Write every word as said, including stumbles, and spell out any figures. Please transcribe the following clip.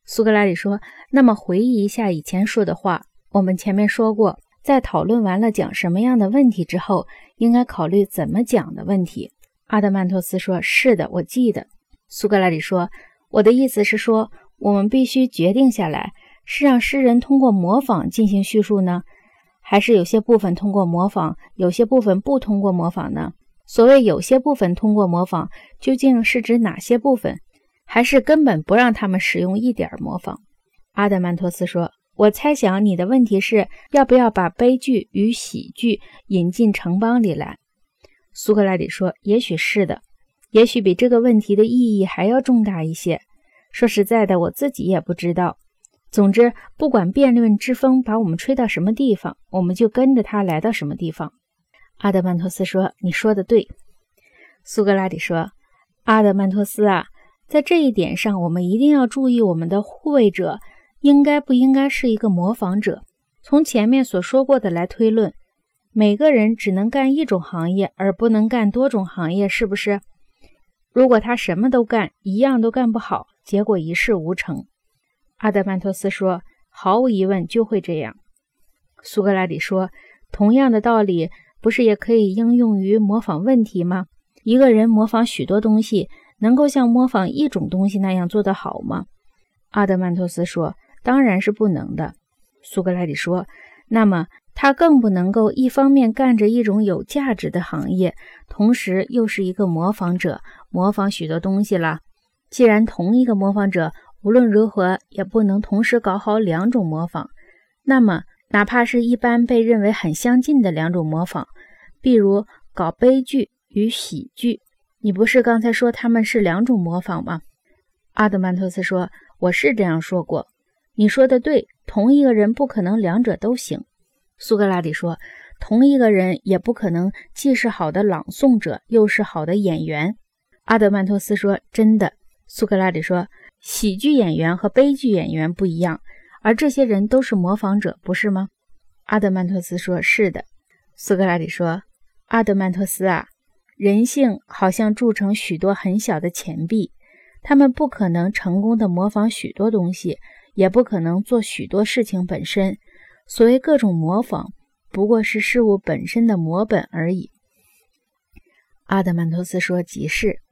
苏格拉底说，那么回忆一下以前说的话，我们前面说过，在讨论完了讲什么样的问题之后，应该考虑怎么讲的问题。阿德曼托斯说，是的，我记得。苏格拉底说，我的意思是说，我们必须决定下来，是让诗人通过模仿进行叙述呢，还是有些部分通过模仿，有些部分不通过模仿呢？所谓有些部分通过模仿，究竟是指哪些部分？还是根本不让他们使用一点模仿？阿德曼托斯说，我猜想你的问题是要不要把悲剧与喜剧引进城邦里来。苏格拉底说，也许是的，也许比这个问题的意义还要重大一些。说实在的，我自己也不知道。总之，不管辩论之风把我们吹到什么地方，我们就跟着它来到什么地方。阿德曼托斯说，你说的对。苏格拉底说，阿德曼托斯啊，在这一点上，我们一定要注意，我们的护卫者应该不应该是一个模仿者。从前面所说过的来推论，每个人只能干一种行业，而不能干多种行业，是不是？如果他什么都干，一样都干不好，结果一事无成。阿德曼托斯说，毫无疑问就会这样。苏格拉底说，同样的道理不是也可以应用于模仿问题吗？一个人模仿许多东西，能够像模仿一种东西那样做得好吗？阿德曼托斯说，当然是不能的。苏格拉底说，那么他更不能够一方面干着一种有价值的行业，同时又是一个模仿者，模仿许多东西了。既然同一个模仿者无论如何也不能同时搞好两种模仿，那么哪怕是一般被认为很相近的两种模仿，比如搞悲剧与喜剧，你不是刚才说他们是两种模仿吗？阿德曼托斯说，我是这样说过。你说的对，同一个人不可能两者都行。苏格拉底说，同一个人也不可能既是好的朗诵者，又是好的演员。阿德曼托斯说，真的。苏格拉底说，喜剧演员和悲剧演员不一样，而这些人都是模仿者，不是吗？阿德曼托斯说，是的。苏格拉底说，阿德曼托斯啊，人性好像铸成许多很小的钱币，他们不可能成功的模仿许多东西，也不可能做许多事情本身。所谓各种模仿，不过是事物本身的模本而已。阿德曼托斯说，即是。